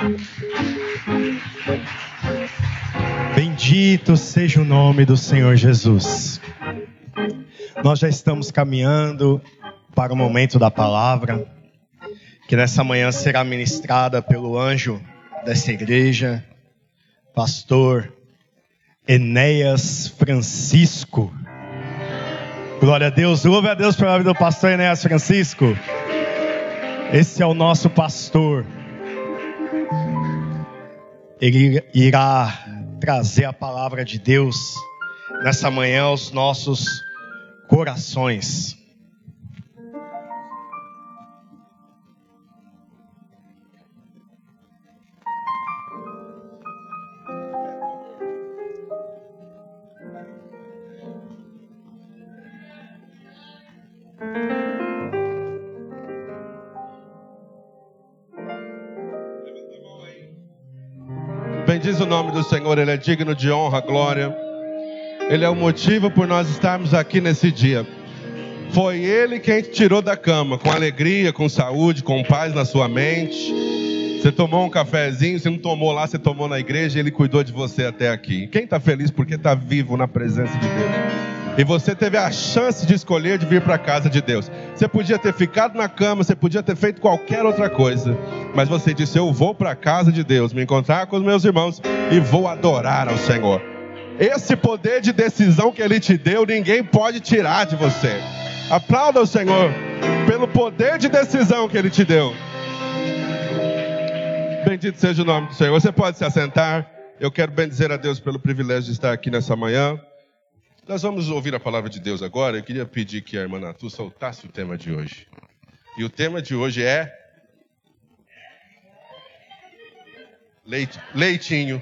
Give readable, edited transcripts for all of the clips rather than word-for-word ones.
Bendito seja o nome do Senhor Jesus. Nós já estamos caminhando para o momento da palavra, que nessa manhã será ministrada pelo anjo dessa igreja, pastor Enéas Francisco. Glória a Deus, louve a Deus pela vida do pastor Enéas Francisco. Esse é o nosso pastor. Ele irá trazer a palavra de Deus nessa manhã aos nossos corações. Bendiz o nome do Senhor, Ele é digno de honra, glória. Ele é o motivo por nós estarmos aqui nesse dia. Foi Ele quem te tirou da cama, com alegria, com saúde, com paz na sua mente. Você tomou um cafezinho, você não tomou lá, você tomou na igreja e Ele cuidou de você até aqui. Quem está feliz porque está vivo na presença de Deus? E você teve a chance de escolher de vir para a casa de Deus. Você podia ter ficado na cama, você podia ter feito qualquer outra coisa, mas você disse: eu vou para a casa de Deus, me encontrar com os meus irmãos e vou adorar ao Senhor. Esse poder de decisão que Ele te deu, ninguém pode tirar de você. Aplauda o Senhor pelo poder de decisão que Ele te deu. Bendito seja o nome do Senhor. Você pode se assentar. Eu quero bendizer a Deus pelo privilégio de estar aqui nessa manhã. Nós vamos ouvir a palavra de Deus agora. Eu queria pedir que a irmã Natu soltasse o tema de hoje. E o tema de hoje é leitinho.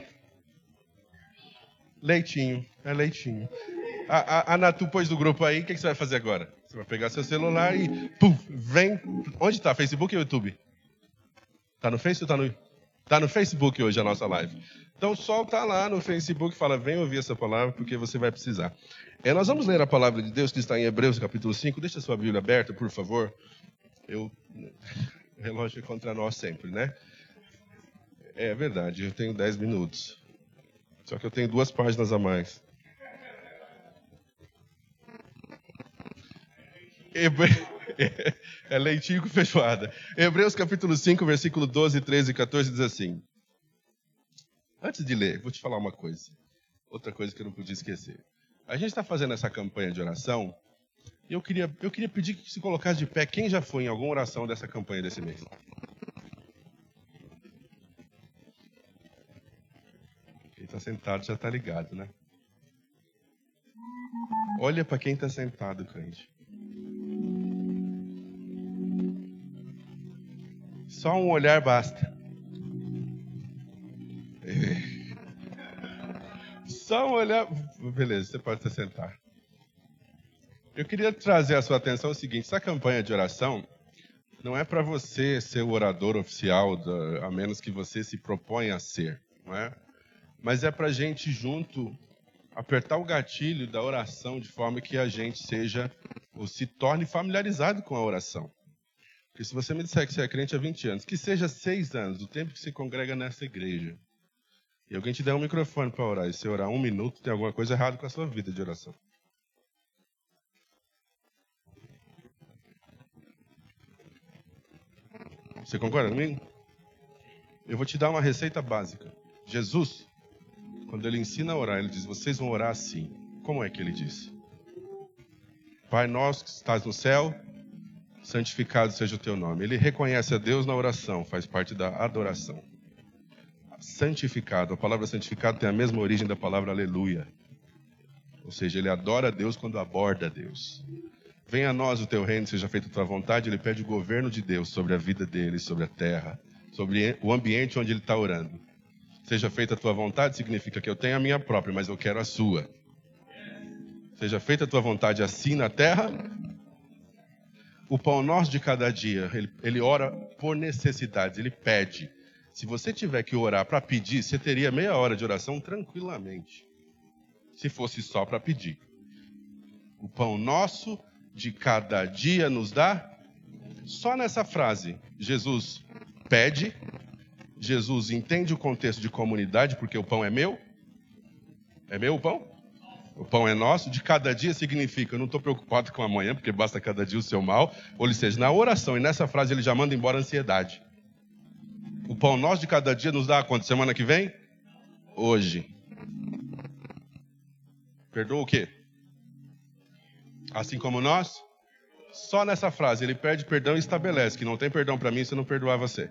Leitinho, é leitinho. A Natu pôs do grupo aí, o que você vai fazer agora? Você vai pegar seu celular e vem. Onde está? Facebook ou YouTube? Está no Facebook ou está no... Está no Facebook hoje a nossa live. Então solta lá no Facebook e fala: vem ouvir essa palavra porque você vai precisar. Nós vamos ler a palavra de Deus que está em Hebreus capítulo 5. Deixa a sua Bíblia aberta, por favor. O relógio é contra nós sempre, né? É verdade, eu tenho 10 minutos. Só que eu tenho 2 páginas a mais. É leitinho com feijoada. Hebreus capítulo 5, versículo 12, 13 e 14 diz assim. Antes de ler, vou te falar uma coisa. Outra coisa que eu não podia esquecer. A gente está fazendo essa campanha de oração e eu queria pedir que se colocasse de pé quem já foi em alguma oração dessa campanha desse mês. Quem está sentado já está ligado, né? Olha para quem está sentado, crente. Só um olhar basta. Só um olhar. Beleza, você pode se sentar. Eu queria trazer a sua atenção o seguinte: essa campanha de oração não é para você ser o orador oficial, a menos que você se proponha a ser, não é? Mas é para a gente junto apertar o gatilho da oração de forma que a gente seja ou se torne familiarizado com a oração. Porque se você me disser que você é crente há 20 anos, que seja 6 anos, do tempo que você congrega nessa igreja, e alguém te der um microfone para orar, e você orar 1 minuto, tem alguma coisa errada com a sua vida de oração. Você concorda comigo? Eu vou te dar uma receita básica. Jesus, quando Ele ensina a orar, Ele diz: vocês vão orar assim. Como é que Ele diz? Pai nosso que estás no céu, santificado seja o teu nome. Ele reconhece a Deus na oração, faz parte da adoração. Santificado, a palavra santificado tem a mesma origem da palavra aleluia. Ou seja, ele adora a Deus quando aborda a Deus. Venha a nós o teu reino, seja feita a tua vontade. Ele pede o governo de Deus sobre a vida dele, sobre a terra, sobre o ambiente onde ele está orando. Seja feita a tua vontade significa que eu tenho a minha própria, mas eu quero a sua. Seja feita a tua vontade assim na terra. O pão nosso de cada dia, ele ora por necessidades, ele pede. Se você tiver que orar para pedir, você teria meia hora de oração tranquilamente. Se fosse só para pedir. O pão nosso de cada dia nos dá. Só nessa frase, Jesus pede, Jesus entende o contexto de comunidade, porque o pão é meu. É meu o pão? O pão é nosso. De cada dia significa, eu não estou preocupado com amanhã, porque basta cada dia o seu mal. Ou seja, na oração, e nessa frase ele já manda embora a ansiedade. O pão nosso de cada dia nos dá quanto? Semana que vem? Hoje. Perdoa o quê? Assim como nós? Só nessa frase, ele pede perdão e estabelece que não tem perdão para mim se eu não perdoar você.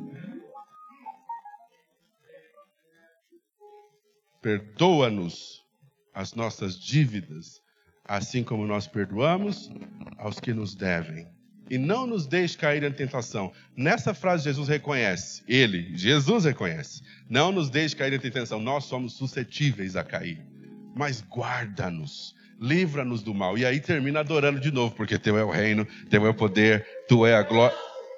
Perdoa-nos as nossas dívidas, assim como nós perdoamos aos que nos devem. E não nos deixe cair em tentação. Nessa frase Jesus reconhece, Jesus reconhece, não nos deixe cair em tentação, nós somos suscetíveis a cair. Mas guarda-nos, livra-nos do mal. E aí termina adorando de novo, porque teu é o reino, teu é o poder, tu é a glória.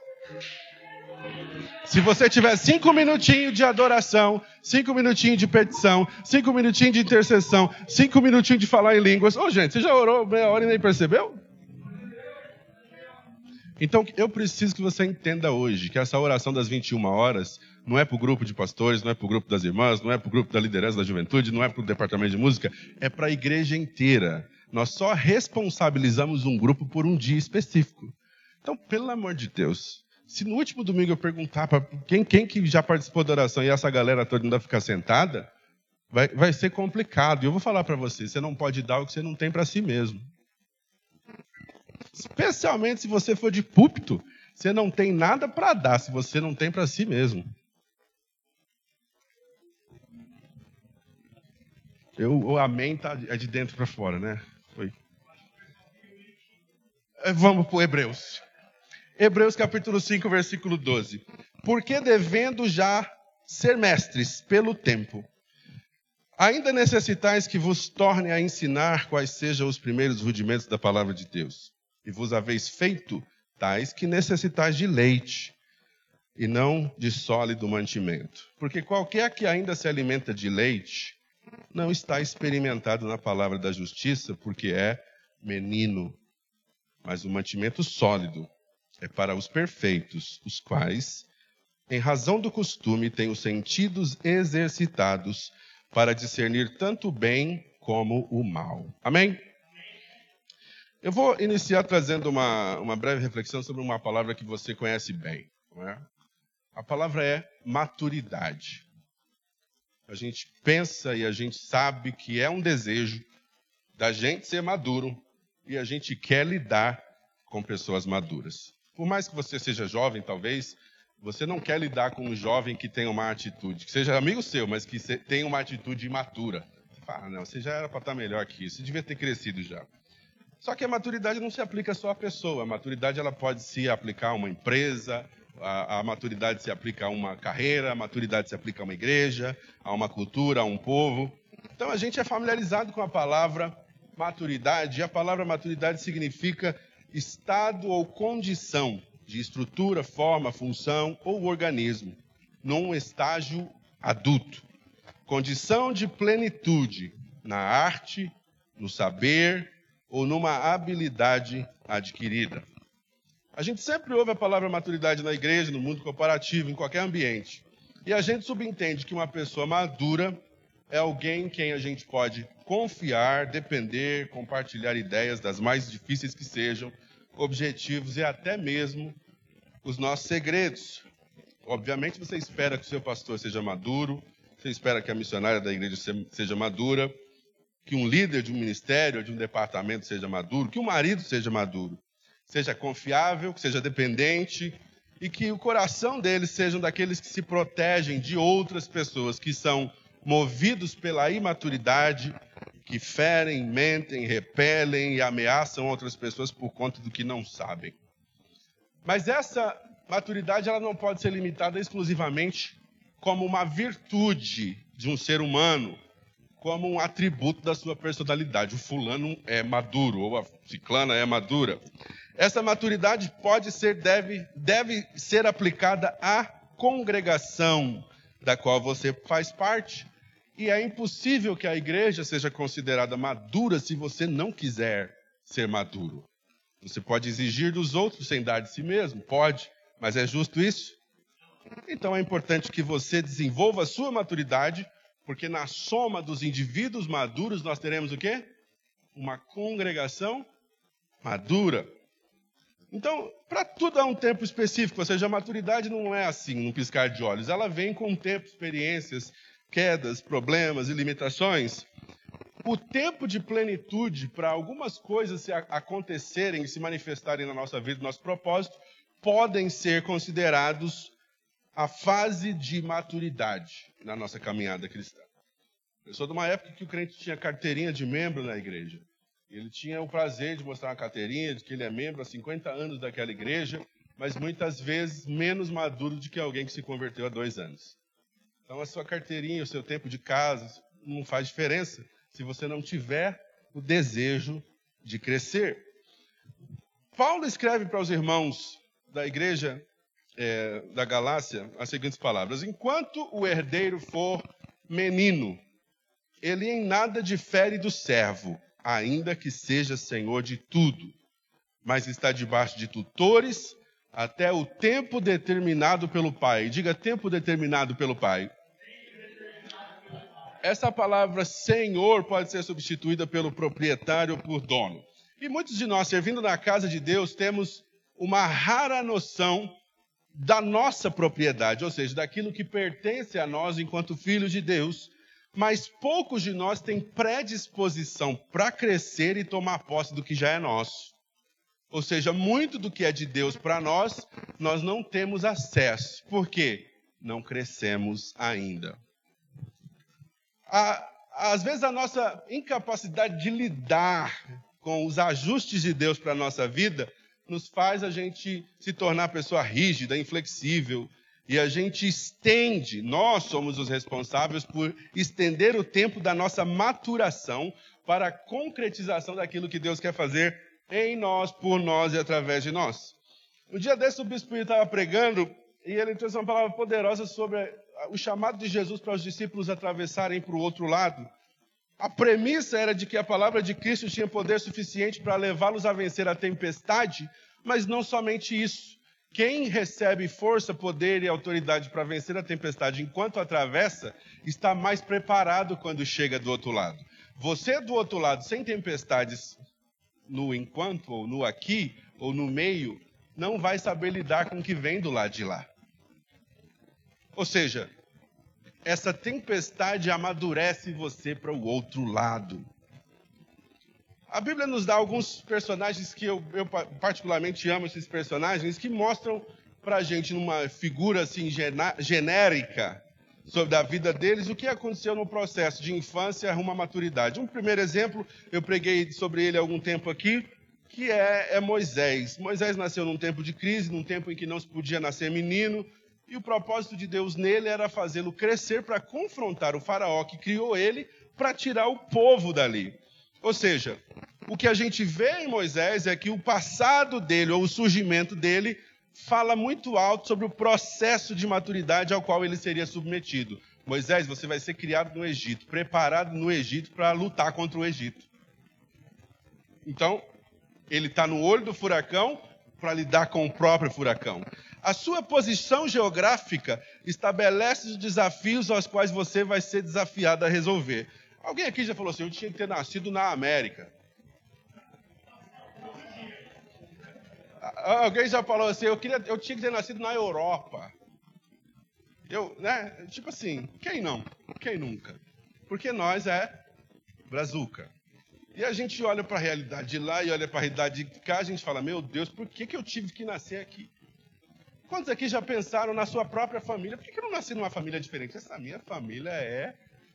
Se você tiver 5 minutinhos de adoração, 5 minutinhos de petição, 5 minutinhos de intercessão, 5 minutinhos de falar em línguas. Gente, você já orou meia hora e nem percebeu? Então, eu preciso que você entenda hoje que essa oração das 21 horas não é para o grupo de pastores, não é para o grupo das irmãs, não é para o grupo da liderança da juventude, não é para o departamento de música, é para a igreja inteira. Nós só responsabilizamos um grupo por um dia específico. Então, pelo amor de Deus, se no último domingo eu perguntar para quem que já participou da oração e essa galera toda ainda ficar sentada, vai ser complicado. E eu vou falar para você não pode dar o que você não tem para si mesmo. Especialmente se você for de púlpito, você não tem nada para dar se você não tem para si mesmo. O amém é de dentro para fora, né? Foi. Vamos para o Hebreus. Hebreus capítulo 5, versículo 12. Porque devendo já ser mestres pelo tempo, ainda necessitais que vos torne a ensinar quais sejam os primeiros rudimentos da palavra de Deus. E vos haveis feito tais que necessitais de leite, e não de sólido mantimento. Porque qualquer que ainda se alimenta de leite, não está experimentado na palavra da justiça, porque é menino. Mas o mantimento sólido é para os perfeitos, os quais, em razão do costume, têm os sentidos exercitados para discernir tanto o bem como o mal. Amém? Eu vou iniciar trazendo uma breve reflexão sobre uma palavra que você conhece bem. Não é? A palavra é maturidade. A gente pensa e a gente sabe que é um desejo da gente ser maduro e a gente quer lidar com pessoas maduras. Por mais que você seja jovem, talvez, você não quer lidar com um jovem que tenha uma atitude, que seja amigo seu, mas que tenha uma atitude imatura. Você fala, não, você já era para estar melhor que isso, você devia ter crescido já. Só que a maturidade não se aplica só à pessoa. A maturidade ela pode se aplicar a uma empresa, a maturidade se aplica a uma carreira, a maturidade se aplica a uma igreja, a uma cultura, a um povo. Então a gente é familiarizado com a palavra maturidade, e a palavra maturidade significa estado ou condição de estrutura, forma, função ou organismo, num estágio adulto. Condição de plenitude na arte, no saber ou numa habilidade adquirida. A gente sempre ouve a palavra maturidade na igreja, no mundo corporativo, em qualquer ambiente. E a gente subentende que uma pessoa madura é alguém em quem a gente pode confiar, depender, compartilhar ideias, das mais difíceis que sejam, objetivos e até mesmo os nossos segredos. Obviamente você espera que o seu pastor seja maduro, você espera que a missionária da igreja seja madura, que um líder de um ministério, de um departamento seja maduro, que o marido seja maduro, seja confiável, que seja dependente e que o coração deles sejam daqueles que se protegem de outras pessoas que são movidos pela imaturidade, que ferem, mentem, repelem e ameaçam outras pessoas por conta do que não sabem. Mas essa maturidade ela não pode ser limitada exclusivamente como uma virtude de um ser humano, como um atributo da sua personalidade. O fulano é maduro, ou a ciclana é madura. Essa maturidade deve ser aplicada à congregação da qual você faz parte. E é impossível que a igreja seja considerada madura se você não quiser ser maduro. Você pode exigir dos outros sem dar de si mesmo? Pode. Mas é justo isso? Então é importante que você desenvolva a sua maturidade, porque na soma dos indivíduos maduros nós teremos o quê? Uma congregação madura. Então, para tudo há um tempo específico, ou seja, a maturidade não é assim, num piscar de olhos. Ela vem com o tempo, experiências, quedas, problemas e limitações. O tempo de plenitude para algumas coisas acontecerem e se manifestarem na nossa vida, no nosso propósito, podem ser considerados a fase de maturidade na nossa caminhada cristã. Eu sou de uma época que o crente tinha carteirinha de membro na igreja. Ele tinha o prazer de mostrar uma carteirinha de que ele é membro há 50 anos daquela igreja, mas muitas vezes menos maduro do que alguém que se converteu há 2 anos. Então a sua carteirinha, o seu tempo de casa, não faz diferença se você não tiver o desejo de crescer. Paulo escreve para os irmãos da igreja da Galácia as seguintes palavras: enquanto o herdeiro for menino, ele em nada difere do servo, ainda que seja senhor de tudo, mas está debaixo de tutores até o tempo determinado pelo Pai. Diga, tempo determinado pelo Pai. Essa palavra senhor pode ser substituída pelo proprietário ou por dono. E muitos de nós, servindo na casa de Deus, temos uma rara noção da nossa propriedade, ou seja, daquilo que pertence a nós enquanto filhos de Deus, mas poucos de nós têm predisposição para crescer e tomar posse do que já é nosso. Ou seja, muito do que é de Deus para nós, nós não temos acesso. Por quê? Não crescemos ainda. Às vezes a nossa incapacidade de lidar com os ajustes de Deus para a nossa vida nos faz a gente se tornar pessoa rígida, inflexível, e a gente nós somos os responsáveis por estender o tempo da nossa maturação para a concretização daquilo que Deus quer fazer em nós, por nós e através de nós. Um dia desse o Bispo estava pregando e ele trouxe uma palavra poderosa sobre o chamado de Jesus para os discípulos atravessarem para o outro lado. A premissa era de que a palavra de Cristo tinha poder suficiente para levá-los a vencer a tempestade, mas não somente isso. Quem recebe força, poder e autoridade para vencer a tempestade enquanto atravessa, está mais preparado quando chega do outro lado. Você do outro lado, sem tempestades no enquanto, ou no aqui, ou no meio, não vai saber lidar com o que vem do lado de lá. Ou seja, essa tempestade amadurece você para o outro lado. A Bíblia nos dá alguns personagens que eu particularmente amo, esses personagens, que mostram para a gente, numa figura assim genérica, sobre a vida deles, o que aconteceu no processo de infância rumo à maturidade. Um primeiro exemplo, eu preguei sobre ele há algum tempo aqui, que é Moisés. Moisés nasceu num tempo de crise, num tempo em que não se podia nascer menino, e o propósito de Deus nele era fazê-lo crescer para confrontar o faraó que criou ele, para tirar o povo dali. Ou seja, o que a gente vê em Moisés é que o passado dele, ou o surgimento dele, fala muito alto sobre o processo de maturidade ao qual ele seria submetido. Moisés, você vai ser criado no Egito, preparado no Egito para lutar contra o Egito. Então, ele está no olho do furacão para lidar com o próprio furacão. A sua posição geográfica estabelece os desafios aos quais você vai ser desafiado a resolver. Alguém aqui já falou assim, eu tinha que ter nascido na América. Alguém já falou assim, eu tinha que ter nascido na Europa. Tipo assim, quem não? Quem nunca? Porque nós é brazuca. E a gente olha para a realidade de lá e olha para a realidade de cá, a gente fala, meu Deus, por que eu tive que nascer aqui? Quantos aqui já pensaram na sua própria família? Por que eu não nasci numa família diferente? Essa minha família é...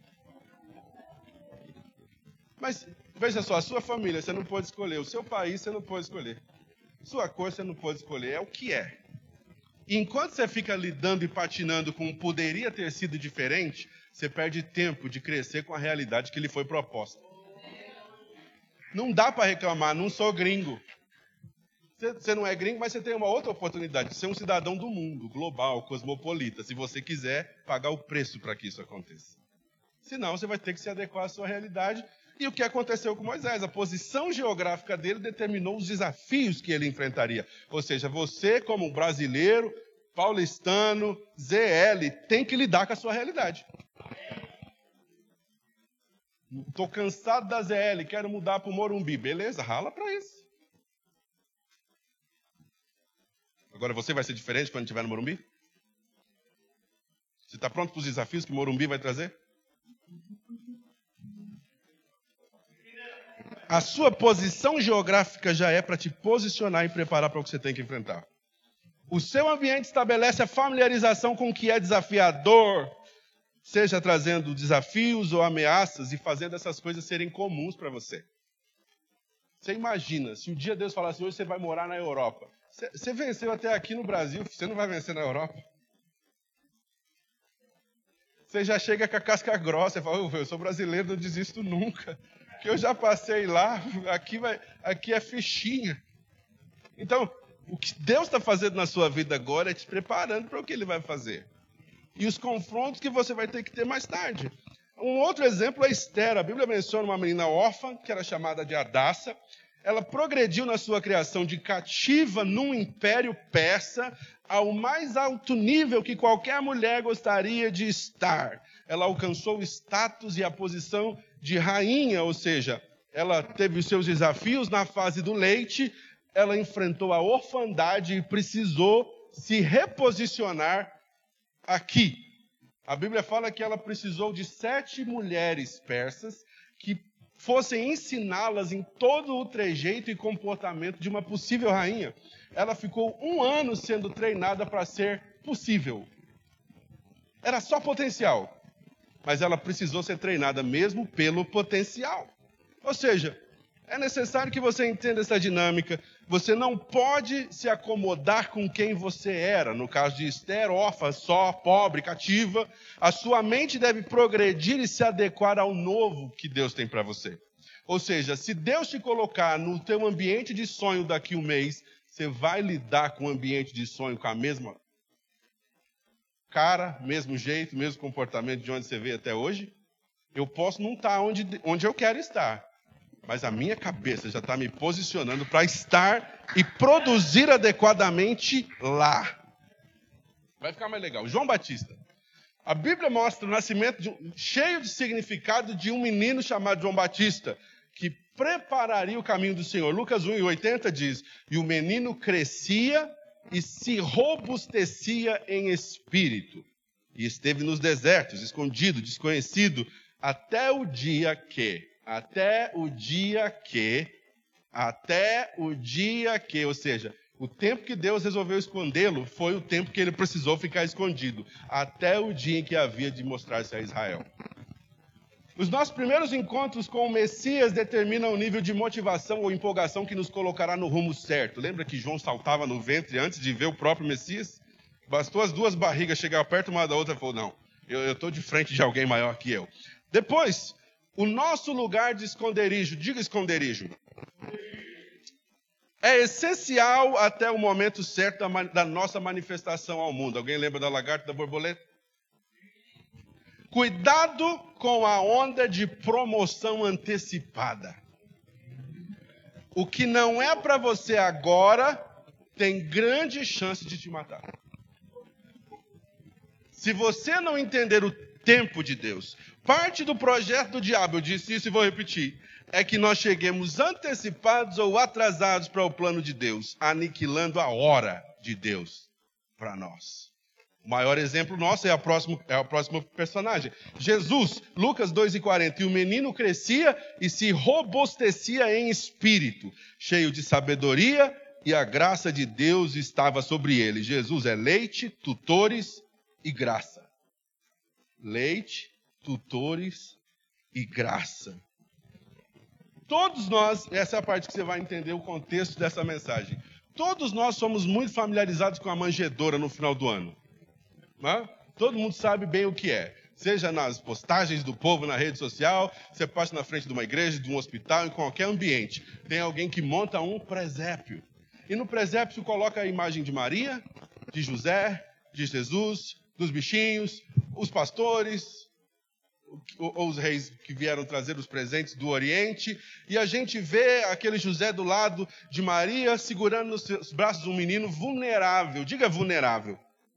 Mas, veja só, a sua família você não pode escolher, o seu país você não pode escolher, sua cor você não pode escolher, é o que é. E enquanto você fica lidando e patinando com o poderia ter sido diferente, você perde tempo de crescer com a realidade que lhe foi proposta. Não dá para reclamar, não sou gringo. Você não é gringo, mas você tem uma outra oportunidade de ser um cidadão do mundo, global, cosmopolita, se você quiser pagar o preço para que isso aconteça. Senão, você vai ter que se adequar à sua realidade. E o que aconteceu com Moisés? A posição geográfica dele determinou os desafios que ele enfrentaria. Ou seja, você, como brasileiro, paulistano, ZL, tem que lidar com a sua realidade. Estou cansado da ZL, quero mudar para o Morumbi. Beleza, rala para isso. Agora você vai ser diferente quando estiver no Morumbi? Você está pronto para os desafios que o Morumbi vai trazer? A sua posição geográfica já é para te posicionar e preparar para o que você tem que enfrentar. O seu ambiente estabelece a familiarização com o que é desafiador, seja trazendo desafios ou ameaças e fazendo essas coisas serem comuns para você. Você imagina, se um dia Deus falasse, hoje você vai morar na Europa. Você venceu até aqui no Brasil, você não vai vencer na Europa. Você já chega com a casca grossa e fala, eu sou brasileiro, não desisto nunca. Que eu já passei lá, aqui é fichinha. Então, o que Deus está fazendo na sua vida agora é te preparando para o que Ele vai fazer. E os confrontos que você vai ter que ter mais tarde. Um outro exemplo é Esther. A Bíblia menciona uma menina órfã, que era chamada de Hadassa. Ela progrediu na sua criação de cativa num império persa ao mais alto nível que qualquer mulher gostaria de estar. Ela alcançou o status e a posição de rainha, ou seja, ela teve os seus desafios na fase do leite, ela enfrentou a orfandade e precisou se reposicionar aqui. A Bíblia fala que ela precisou de 7 mulheres persas que fossem ensiná-las em todo o trejeito e comportamento de uma possível rainha. Ela ficou 1 ano sendo treinada para ser possível. Era só potencial, mas ela precisou ser treinada mesmo pelo potencial. Ou seja, é necessário que você entenda essa dinâmica. Você não pode se acomodar com quem você era. No caso de Esther, órfã, só, pobre, cativa. A sua mente deve progredir e se adequar ao novo que Deus tem para você. Ou seja, se Deus te colocar no teu ambiente de sonho daqui a 1 mês, você vai lidar com o ambiente de sonho com a mesma cara, mesmo jeito, mesmo comportamento de onde você veio até hoje? Eu posso não estar onde eu quero estar. Mas a minha cabeça já está me posicionando para estar e produzir adequadamente lá. Vai ficar mais legal. João Batista. A Bíblia mostra o nascimento cheio de significado de um menino chamado João Batista, que prepararia o caminho do Senhor. Lucas 1:80 diz, e o menino crescia e se robustecia em espírito. E esteve nos desertos, escondido, desconhecido, até o dia que, ou seja, o tempo que Deus resolveu escondê-lo foi o tempo que ele precisou ficar escondido, até o dia em que havia de mostrar-se a Israel. Os nossos primeiros encontros com o Messias determinam o nível de motivação ou empolgação que nos colocará no rumo certo. Lembra que João saltava no ventre antes de ver o próprio Messias? Bastou as 2 barrigas chegar perto uma da outra e falou, não, eu estou de frente de alguém maior que eu. Depois, o nosso lugar de esconderijo, diga esconderijo, é essencial até o momento certo da nossa manifestação ao mundo. Alguém lembra da lagarta e da borboleta? Cuidado com a onda de promoção antecipada. O que não é para você agora tem grande chance de te matar. Se você não entender o tempo de Deus, parte do projeto do diabo, eu disse isso e vou repetir, é que nós cheguemos antecipados ou atrasados para o plano de Deus, aniquilando a hora de Deus para nós. O maior exemplo nosso é o próximo personagem. Jesus, Lucas 2:40, e o menino crescia e se robustecia em espírito, cheio de sabedoria, e a graça de Deus estava sobre ele. Jesus é leite, tutores e graça. Leite, tutores e graça. Todos nós, essa é a parte que você vai entender o contexto dessa mensagem. Todos nós somos muito familiarizados com a manjedoura no final do ano. Não? Todo mundo sabe bem o que é. Seja nas postagens do povo na rede social, você passa na frente de uma igreja, de um hospital, em qualquer ambiente. Tem alguém que monta um presépio. E no presépio coloca a imagem de Maria, de José, de Jesus, dos bichinhos, os pastores, ou os reis que vieram trazer os presentes do Oriente, e a gente vê aquele José do lado de Maria, segurando nos seus braços um menino vulnerável. Diga vulnerável.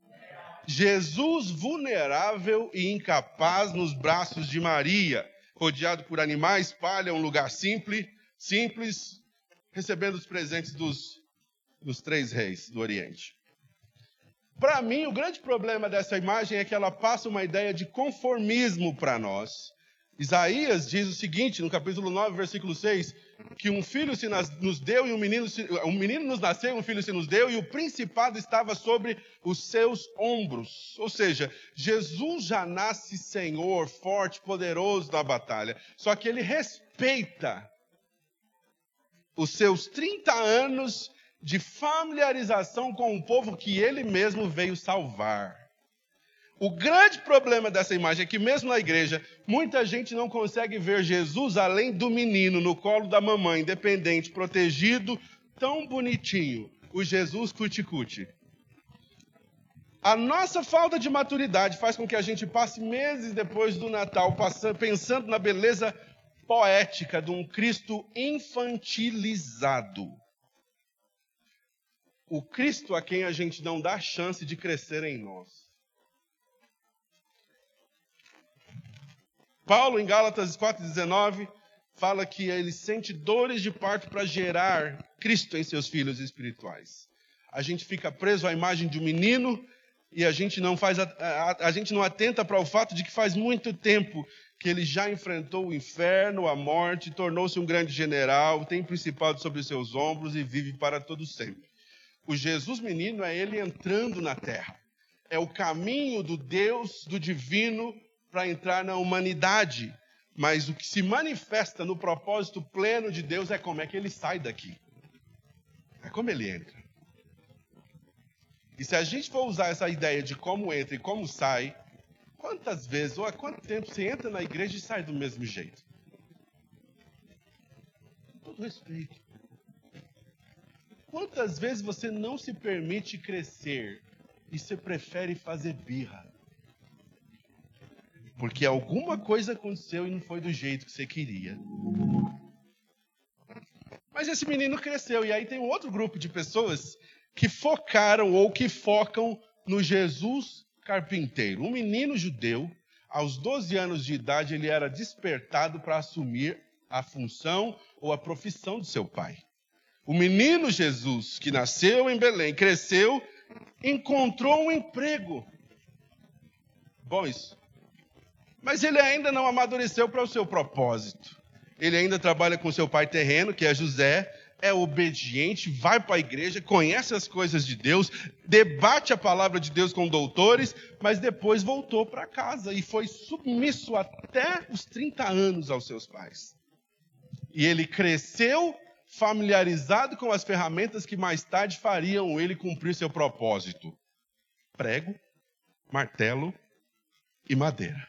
Jesus vulnerável e incapaz nos braços de Maria, rodeado por animais, palha, um lugar simples, recebendo os presentes dos 3 reis do Oriente. Para mim, o grande problema dessa imagem é que ela passa uma ideia de conformismo para nós. Isaías diz o seguinte, no capítulo 9, versículo 6, que um filho nos deu e um menino nos nasceu, um filho se nos deu, e o principado estava sobre os seus ombros. Ou seja, Jesus já nasce Senhor, forte, poderoso na batalha. Só que ele respeita os seus 30 anos de familiarização com o povo que ele mesmo veio salvar. O grande problema dessa imagem é que mesmo na igreja, muita gente não consegue ver Jesus além do menino no colo da mamãe, independente, protegido, tão bonitinho. O Jesus cuti-cuti. A nossa falta de maturidade faz com que a gente passe meses depois do Natal pensando na beleza poética de um Cristo infantilizado. O Cristo a quem a gente não dá chance de crescer em nós. Paulo, em Gálatas 4,19, fala que ele sente dores de parto para gerar Cristo em seus filhos espirituais. A gente fica preso à imagem de um menino e a gente não atenta para o fato de que faz muito tempo que ele já enfrentou o inferno, a morte, tornou-se um grande general, tem principado sobre os seus ombros e vive para todo sempre. O Jesus menino é ele entrando na terra. É o caminho do Deus, do divino, para entrar na humanidade. Mas o que se manifesta no propósito pleno de Deus é como é que ele sai daqui. É como ele entra. E se a gente for usar essa ideia de como entra e como sai, quantas vezes ou há quanto tempo você entra na igreja e sai do mesmo jeito? Com todo respeito. Quantas vezes você não se permite crescer e você prefere fazer birra? Porque alguma coisa aconteceu e não foi do jeito que você queria. Mas esse menino cresceu. E aí tem um outro grupo de pessoas que focaram ou que focam no Jesus carpinteiro. Um menino judeu, aos 12 anos de idade, ele era despertado para assumir a função ou a profissão do seu pai. O menino Jesus, que nasceu em Belém, cresceu, encontrou um emprego. Bom isso. Mas ele ainda não amadureceu para o seu propósito. Ele ainda trabalha com seu pai terreno, que é José, é obediente, vai para a igreja, conhece as coisas de Deus, debate a palavra de Deus com doutores, mas depois voltou para casa e foi submisso até os 30 anos aos seus pais. E ele cresceu familiarizado com as ferramentas que mais tarde fariam ele cumprir seu propósito. Prego, martelo e madeira.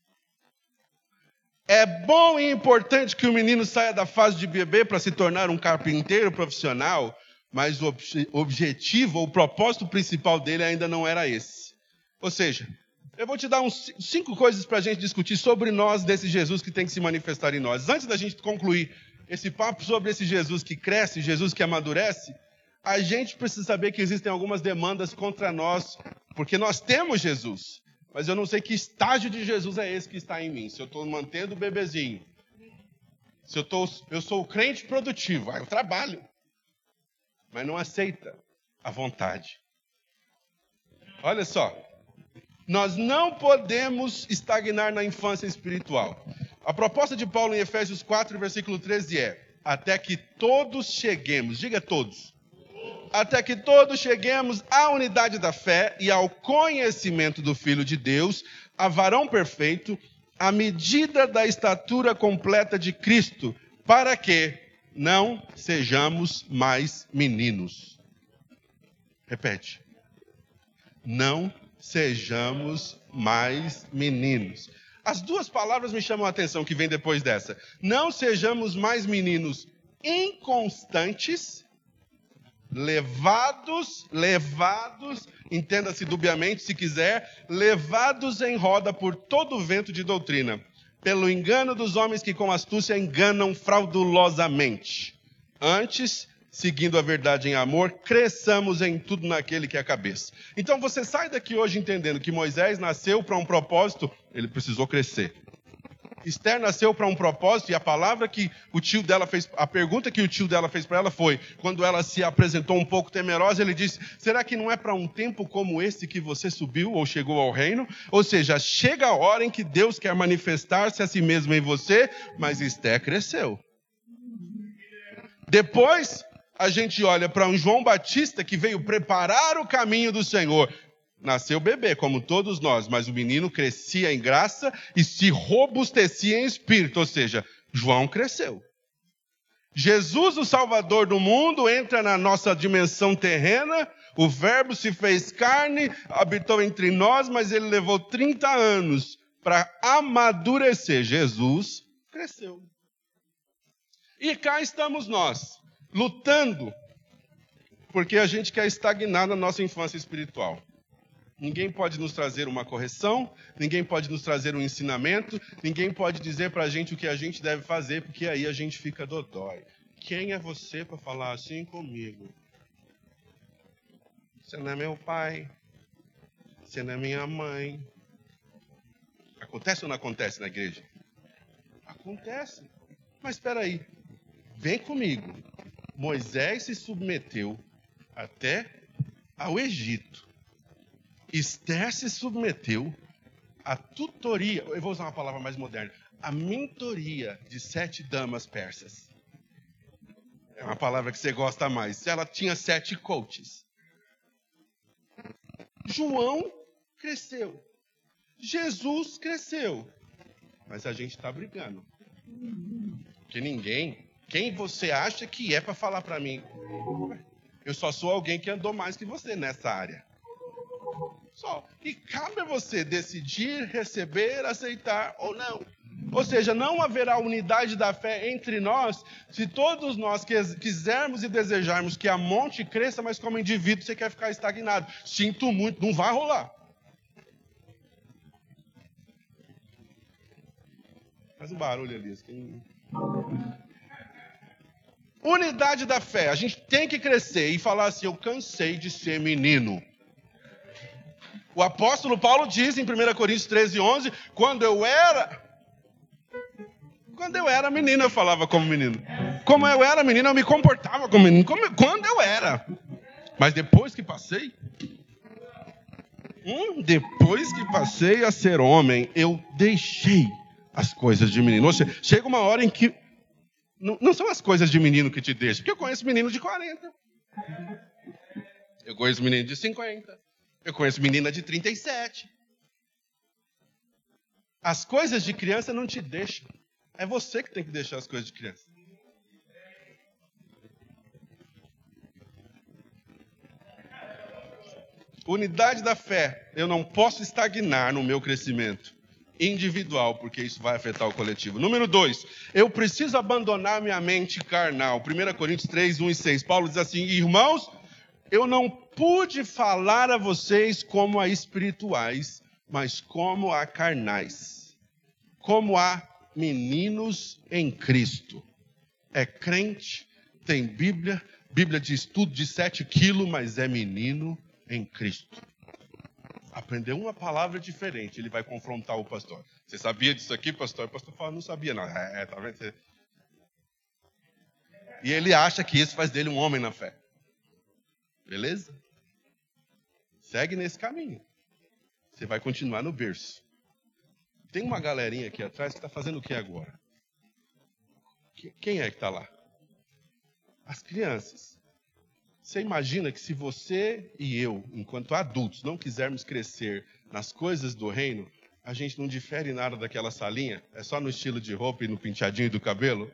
É bom e importante que o menino saia da fase de bebê para se tornar um carpinteiro profissional, mas o objetivo ou o propósito principal dele ainda não era esse. Ou seja, eu vou te dar 5 coisas para a gente discutir sobre nós, desse Jesus que tem que se manifestar em nós. Antes da gente concluir esse papo sobre esse Jesus que cresce, Jesus que amadurece, a gente precisa saber que existem algumas demandas contra nós, porque nós temos Jesus. Mas eu não sei que estágio de Jesus é esse que está em mim. Se eu estou mantendo o bebezinho. Se eu sou o crente produtivo. Eu trabalho. Mas não aceita a vontade. Olha só. Nós não podemos estagnar na infância espiritual. A proposta de Paulo em Efésios 4, versículo 13 é: até que todos cheguemos. Diga todos. Até que todos cheguemos à unidade da fé e ao conhecimento do Filho de Deus, a varão perfeito, à medida da estatura completa de Cristo, para que não sejamos mais meninos. Repete. Não sejamos mais meninos. As 2 palavras me chamam a atenção que vem depois dessa. Não sejamos mais meninos inconstantes, levados, entenda-se dubiamente se quiser, levados em roda por todo o vento de doutrina, pelo engano dos homens que com astúcia enganam fraudulosamente. Antes, seguindo a verdade em amor, cresçamos em tudo naquele que é a cabeça. Então você sai daqui hoje entendendo que Moisés nasceu para um propósito, ele precisou crescer. Esther nasceu para um propósito, e a palavra que o tio dela fez, a pergunta que o tio dela fez para ela foi, quando ela se apresentou um pouco temerosa, ele disse: será que não é para um tempo como esse que você subiu ou chegou ao reino? Ou seja, chega a hora em que Deus quer manifestar-se a si mesmo em você, mas Esther cresceu. Depois, a gente olha para um João Batista que veio preparar o caminho do Senhor. Nasceu bebê, como todos nós, mas o menino crescia em graça e se robustecia em espírito, ou seja, João cresceu. Jesus, o Salvador do mundo, entra na nossa dimensão terrena, o Verbo se fez carne, habitou entre nós, mas ele levou 30 anos para amadurecer. Jesus cresceu. E cá estamos nós, lutando, porque a gente quer estagnar na nossa infância espiritual. Ninguém pode nos trazer uma correção, ninguém pode nos trazer um ensinamento, ninguém pode dizer para a gente o que a gente deve fazer, porque aí a gente fica dodói. Quem é você para falar assim comigo? Você não é meu pai, você não é minha mãe. Acontece ou não acontece na igreja? Acontece. Mas espera aí, vem comigo. Moisés se submeteu até ao Egito. Esther se submeteu à tutoria, eu vou usar uma palavra mais moderna, a mentoria de 7 damas persas. É uma palavra que você gosta mais. Ela tinha 7 coaches. João cresceu. Jesus cresceu. Mas a gente está brigando. Porque quem você acha que é para falar para mim? Eu só sou alguém que andou mais que você nessa área. Só. E cabe a você decidir, receber, aceitar ou não. Ou seja, não haverá unidade da fé entre nós se todos nós quisermos e desejarmos que a monte cresça, mas como indivíduo você quer ficar estagnado. Sinto muito, não vai rolar. Faz um barulho ali. Unidade da fé. A gente tem que crescer e falar assim: eu cansei de ser menino. O apóstolo Paulo diz em 1 Coríntios 13:11, quando eu era menino, eu falava como menino. Como eu era menino, eu me comportava como menino. Quando eu era. Mas depois que passei a ser homem, eu deixei as coisas de menino. Ou seja, chega uma hora em que não são as coisas de menino que te deixam. Porque eu conheço menino de 40. Eu conheço menino de 50. Eu conheço menina de 37. As coisas de criança não te deixam. É você que tem que deixar as coisas de criança. Unidade da fé. Eu não posso estagnar no meu crescimento individual, porque isso vai afetar o coletivo. Número 2. Eu preciso abandonar minha mente carnal. 1 Coríntios 3:1-6. Paulo diz assim: irmãos, eu não pude falar a vocês como a espirituais, mas como a carnais, como a meninos em Cristo. É crente, tem Bíblia de estudo de 7 quilos, mas é menino em Cristo. Aprendeu uma palavra diferente, ele vai confrontar o pastor. Você sabia disso aqui, pastor? O pastor fala: não sabia não. Tá vendo? E ele acha que isso faz dele um homem na fé. Beleza? Segue nesse caminho. Você vai continuar no berço. Tem uma galerinha aqui atrás que está fazendo o que agora? Quem é que está lá? As crianças. Você imagina que se você e eu, enquanto adultos, não quisermos crescer nas coisas do reino, a gente não difere nada daquela salinha? É só no estilo de roupa e no penteadinho do cabelo?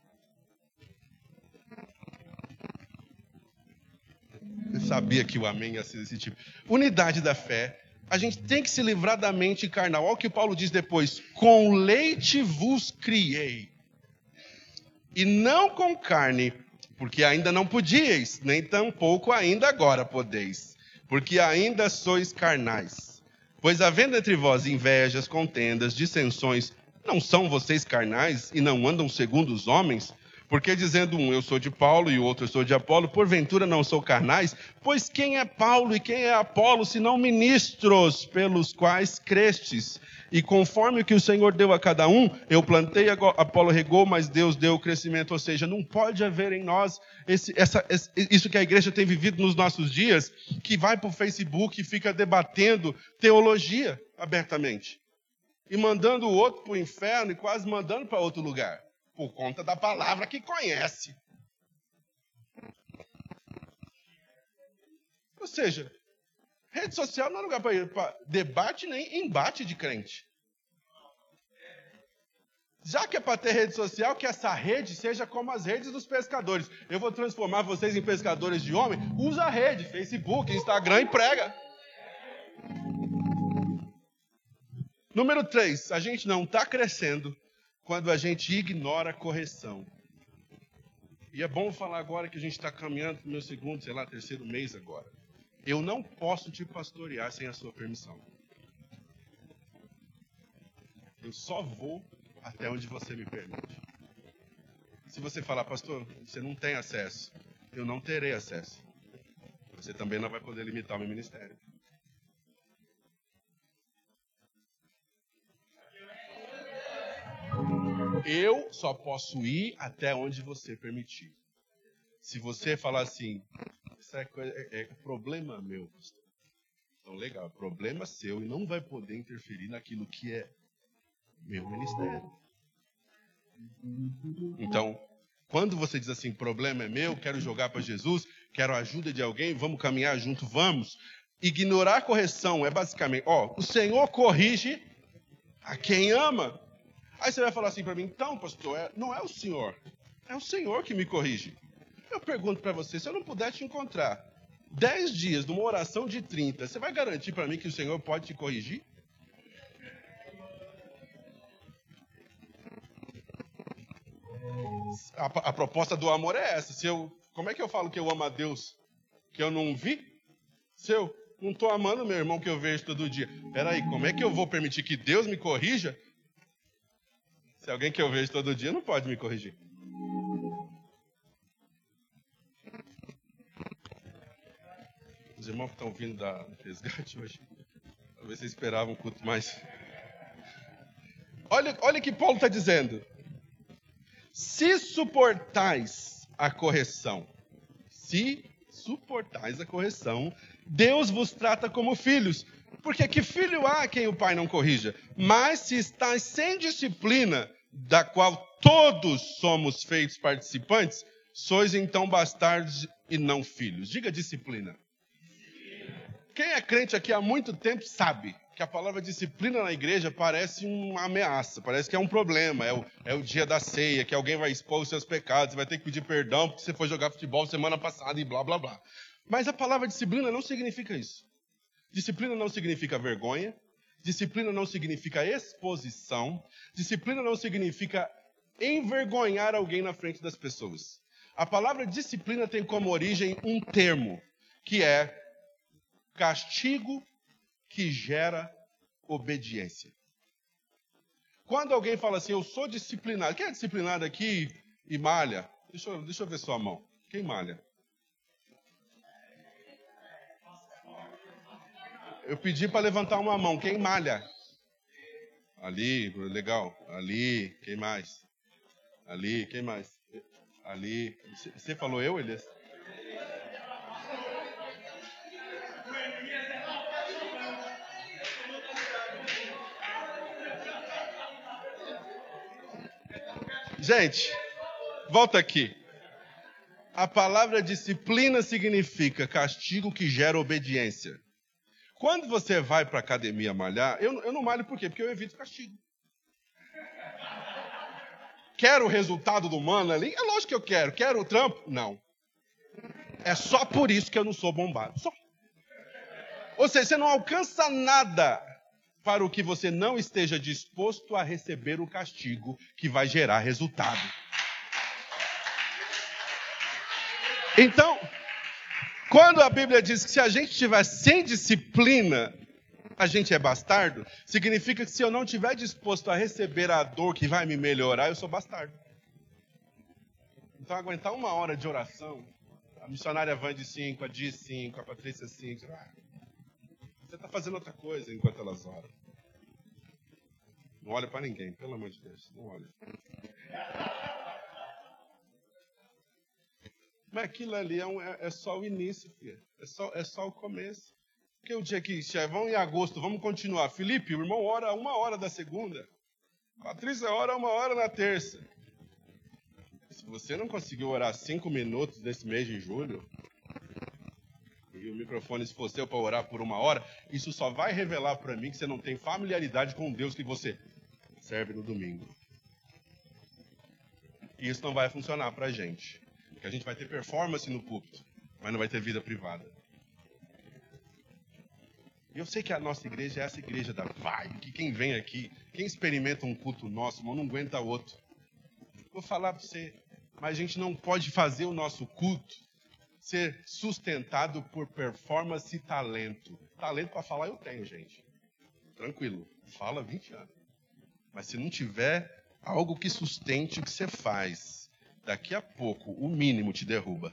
Eu sabia que o amém ia ser desse tipo. Unidade da fé. A gente tem que se livrar da mente carnal. Olha o que Paulo diz depois: com leite vos criei, e não com carne, porque ainda não podíeis, nem tampouco ainda agora podeis, porque ainda sois carnais. Pois havendo entre vós invejas, contendas, dissensões, não são vocês carnais e não andam segundo os homens? Porque dizendo um, eu sou de Paulo, e o outro, eu sou de Apolo, porventura não sou carnais? Pois quem é Paulo e quem é Apolo, senão ministros pelos quais crestes? E conforme o que o Senhor deu a cada um, eu plantei, Apolo regou, mas Deus deu o crescimento. Ou seja, não pode haver em nós isso que a igreja tem vivido nos nossos dias, que vai para o Facebook e fica debatendo teologia abertamente. E mandando o outro para o inferno e quase mandando para outro lugar. Por conta da palavra que conhece. Ou seja, rede social não é lugar para debate nem embate de crente. Já que é para ter rede social, que essa rede seja como as redes dos pescadores. Eu vou transformar vocês em pescadores de homem. Usa a rede, Facebook, Instagram e prega. Número 3, a gente não está crescendo quando a gente ignora a correção. E é bom falar agora que a gente está caminhando para o meu segundo, terceiro mês agora. Eu não posso te pastorear sem a sua permissão. Eu só vou até onde você me permite. Se você falar, pastor, você não tem acesso, eu não terei acesso. Você também não vai poder limitar o meu ministério. Eu só posso ir até onde você permitir. Se você falar assim, isso é problema meu, pastor. Então, legal, é problema seu e não vai poder interferir naquilo que é meu ministério. Então, quando você diz assim, problema é meu, quero jogar para Jesus, quero a ajuda de alguém, vamos caminhar junto, vamos. Ignorar a correção é basicamente, o Senhor corrige a quem ama. Aí você vai falar assim para mim, então, pastor, não é o Senhor que me corrige. Eu pergunto para você, se eu não puder te encontrar 10 dias numa oração de 30, você vai garantir para mim que o Senhor pode te corrigir? A proposta do amor é essa. Como é que eu falo que eu amo a Deus que eu não vi? Se eu não estou amando meu irmão que eu vejo todo dia. Peraí, como é que eu vou permitir que Deus me corrija? Se alguém que eu vejo todo dia não pode me corrigir. Os irmãos que estão vindo da resgate hoje, talvez vocês esperavam um culto mais. Olha o que Paulo está dizendo. Se suportais a correção, Deus vos trata como filhos. Porque que filho há quem o pai não corrija? Mas se estáis sem disciplina, da qual todos somos feitos participantes, sois então bastardos e não filhos. Diga disciplina. Quem é crente aqui há muito tempo sabe que a palavra disciplina na igreja parece uma ameaça, parece que é um problema, é o dia da ceia, que alguém vai expor os seus pecados, vai ter que pedir perdão porque você foi jogar futebol semana passada e blá, blá, blá. Mas a palavra disciplina não significa isso. Disciplina não significa vergonha, disciplina não significa exposição, disciplina não significa envergonhar alguém na frente das pessoas. A palavra disciplina tem como origem um termo, que é castigo que gera obediência. Quando alguém fala assim, eu sou disciplinado. Quem é disciplinado aqui e malha? Deixa eu ver sua mão. Quem malha? Eu pedi para levantar uma mão. Quem malha? Ali, legal. Ali, quem mais? Ali, quem mais? Ali. Você falou eu, Elias? Gente, volta aqui. A palavra disciplina significa castigo que gera obediência. Quando você vai para a academia malhar, eu não malho por quê? Porque eu evito castigo. Quero o resultado do mano ali? É lógico que eu quero. Quero o trampo? Não. É só por isso que eu não sou bombado. Só. Ou seja, você não alcança nada para o que você não esteja disposto a receber o castigo que vai gerar resultado. Então, quando a Bíblia diz que se a gente estiver sem disciplina, a gente é bastardo, significa que se eu não estiver disposto a receber a dor que vai me melhorar, eu sou bastardo. Então, aguentar 1 hora de oração, a missionária Van de 5, a Di 5, a Patrícia 5, você está fazendo outra coisa enquanto elas oram. Não olha para ninguém, pelo amor de Deus, não olha. Mas aquilo ali é só o início, filho. É só o começo. Porque o dia que vão em agosto, vamos continuar. Felipe, o irmão ora 1 hora da segunda. Patrícia ora 1 hora na terça. Se você não conseguiu orar 5 minutos nesse mês de julho, e o microfone se for seu para orar por 1 hora, isso só vai revelar para mim que você não tem familiaridade com o Deus que você serve no domingo. E isso não vai funcionar para a gente. Porque a gente vai ter performance no púlpito, mas não vai ter vida privada. E eu sei que a nossa igreja é essa igreja da vibe, que quem vem aqui, quem experimenta um culto nosso, não aguenta outro. Vou falar para você, mas a gente não pode fazer o nosso culto ser sustentado por performance e talento. Talento para falar eu tenho, gente. Tranquilo, fala 20 anos. Mas se não tiver algo que sustente o que você faz, daqui a pouco o mínimo te derruba.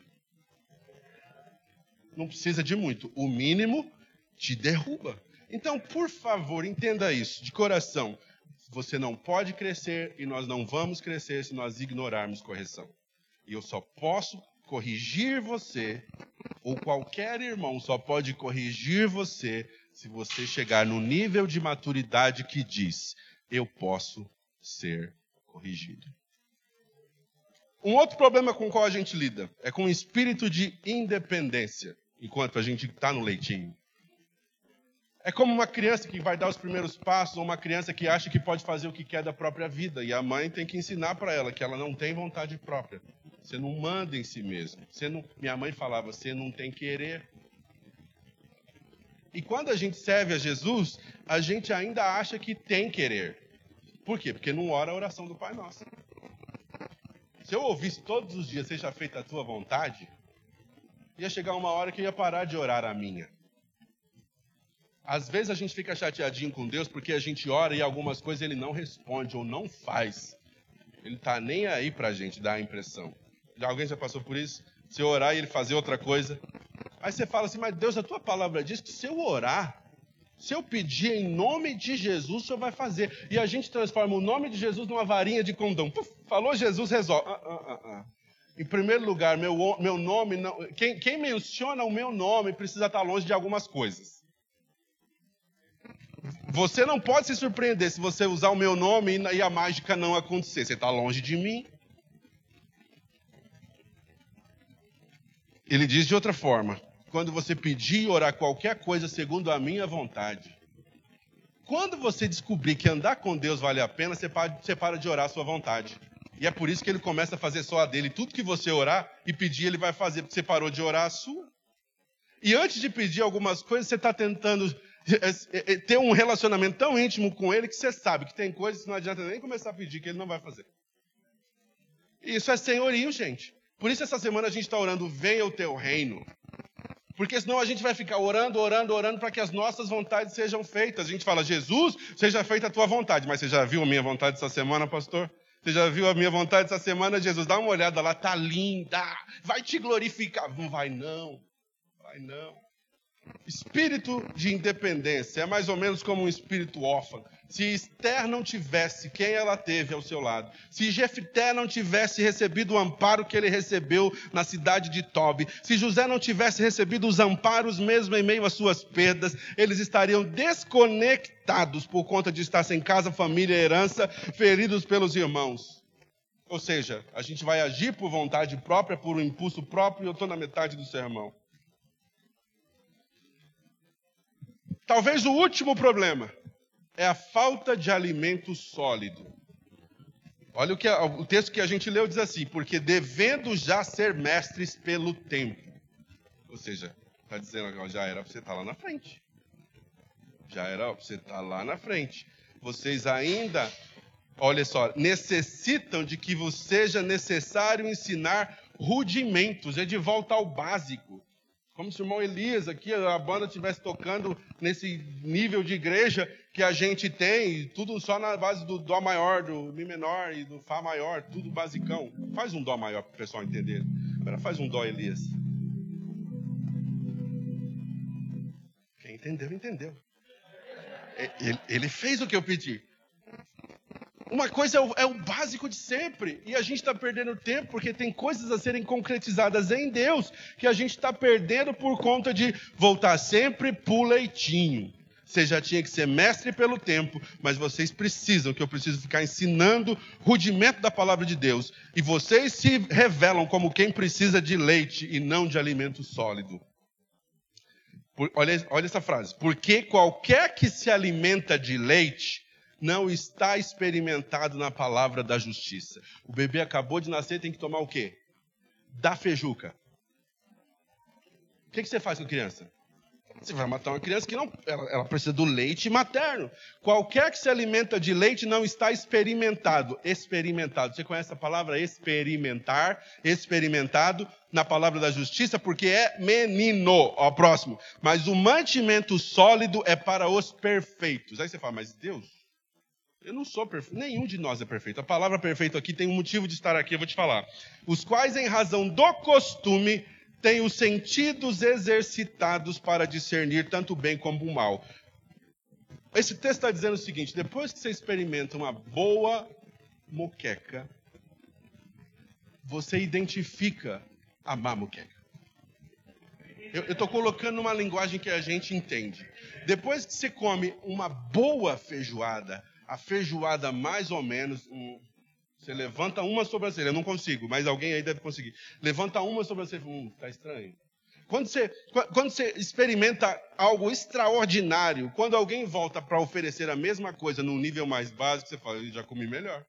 Não precisa de muito, o mínimo te derruba. Então, por favor, entenda isso de coração. Você não pode crescer e nós não vamos crescer se nós ignorarmos correção. E eu só posso corrigir você, ou qualquer irmão só pode corrigir você se você chegar no nível de maturidade que diz: eu posso ser corrigido. Um outro problema com o qual a gente lida é com o espírito de independência, enquanto a gente está no leitinho. É como uma criança que vai dar os primeiros passos, ou uma criança que acha que pode fazer o que quer da própria vida. E a mãe tem que ensinar para ela que ela não tem vontade própria. Você não manda em si mesmo. Minha mãe falava, você não tem querer. E quando a gente serve a Jesus, a gente ainda acha que tem querer. Por quê? Porque não ora a oração do Pai Nosso. Se eu ouvisse todos os dias, seja feita a tua vontade, ia chegar uma hora que eu ia parar de orar a minha. Às vezes a gente fica chateadinho com Deus porque a gente ora e algumas coisas Ele não responde ou não faz. Ele está nem aí para a gente, dá a impressão. Alguém já passou por isso? Você orar e Ele fazer outra coisa. Aí você fala assim, mas Deus, a tua palavra diz que se eu orar, se eu pedir em nome de Jesus, o Senhor vai fazer. E a gente transforma o nome de Jesus numa varinha de condão. Puf, falou Jesus, resolve. Em primeiro lugar, meu nome, não, quem menciona o meu nome precisa estar longe de algumas coisas. Você não pode se surpreender se você usar o meu nome e a mágica não acontecer. Você está longe de mim. Ele diz de outra forma. Quando você pedir e orar qualquer coisa segundo a minha vontade. Quando você descobrir que andar com Deus vale a pena, você para de orar a sua vontade. E é por isso que Ele começa a fazer só a dele. Tudo que você orar e pedir, Ele vai fazer, porque você parou de orar a sua. E antes de pedir algumas coisas, você está tentando ter um relacionamento tão íntimo com Ele que você sabe que tem coisas que não adianta nem começar a pedir, que Ele não vai fazer. Isso é senhorio, gente. Por isso essa semana a gente está orando, venha o teu reino. Porque senão a gente vai ficar orando para que as nossas vontades sejam feitas. A gente fala, Jesus, seja feita a tua vontade. Mas você já viu a minha vontade essa semana, pastor? Você já viu a minha vontade essa semana? Jesus, dá uma olhada lá, tá linda. Vai te glorificar. Não vai não. Vai não. Espírito de independência é mais ou menos como um espírito órfão. Se Esther não tivesse quem ela teve ao seu lado, se Jefté não tivesse recebido o amparo que ele recebeu na cidade de Tobi, se José não tivesse recebido os amparos mesmo em meio às suas perdas, eles estariam desconectados por conta de estar sem casa, família, herança, feridos pelos irmãos. Ou seja, a gente vai agir por vontade própria, por um impulso próprio, e eu estou na metade do sermão. Talvez o último problema é a falta de alimento sólido. Olha o texto que a gente leu, diz assim, porque devendo já ser mestres pelo tempo. Ou seja, está dizendo, já era para você estar lá na frente. Já era para você estar lá na frente. Vocês ainda, olha só, necessitam de que vos seja necessário ensinar rudimentos, é de volta ao básico. Como se o irmão Elias aqui, a banda estivesse tocando nesse nível de igreja que a gente tem, tudo só na base do Dó maior, do Mi menor e do Fá maior, tudo basicão. Faz um Dó maior para o pessoal entender. Agora faz um Dó, Elias. Quem entendeu, entendeu. Ele fez o que eu pedi. Uma coisa é o básico de sempre. E a gente está perdendo tempo porque tem coisas a serem concretizadas em Deus que a gente está perdendo por conta de voltar sempre pro leitinho. Você já tinha que ser mestre pelo tempo, mas vocês precisam, que eu preciso ficar ensinando rudimento da palavra de Deus. E vocês se revelam como quem precisa de leite e não de alimento sólido. Olha essa frase. Porque qualquer que se alimenta de leite não está experimentado na palavra da justiça. O bebê acabou de nascer, tem que tomar o quê? Da feijuca. O que você faz com a criança? Você vai matar uma criança que não, ela precisa do leite materno. Qualquer que se alimenta de leite não está experimentado. Experimentado. Você conhece a palavra experimentar? Experimentado na palavra da justiça, porque é menino. Ó, próximo. Mas o mantimento sólido é para os perfeitos. Aí você fala, mas Deus, eu não sou perfeito. Nenhum de nós é perfeito. A palavra perfeito aqui tem um motivo de estar aqui, eu vou te falar. Os quais, em razão do costume, têm os sentidos exercitados para discernir tanto o bem como o mal. Esse texto está dizendo o seguinte: depois que você experimenta uma boa moqueca, você identifica a má moqueca. Eu estou colocando uma linguagem que a gente entende. Depois que você come uma boa feijoada, a feijoada mais ou menos... Você levanta uma sobrancelha, eu não consigo, mas alguém aí deve conseguir. Levanta uma sobrancelha, está estranho. Quando você experimenta algo extraordinário, quando alguém volta para oferecer a mesma coisa num nível mais básico, você fala, eu já comi melhor.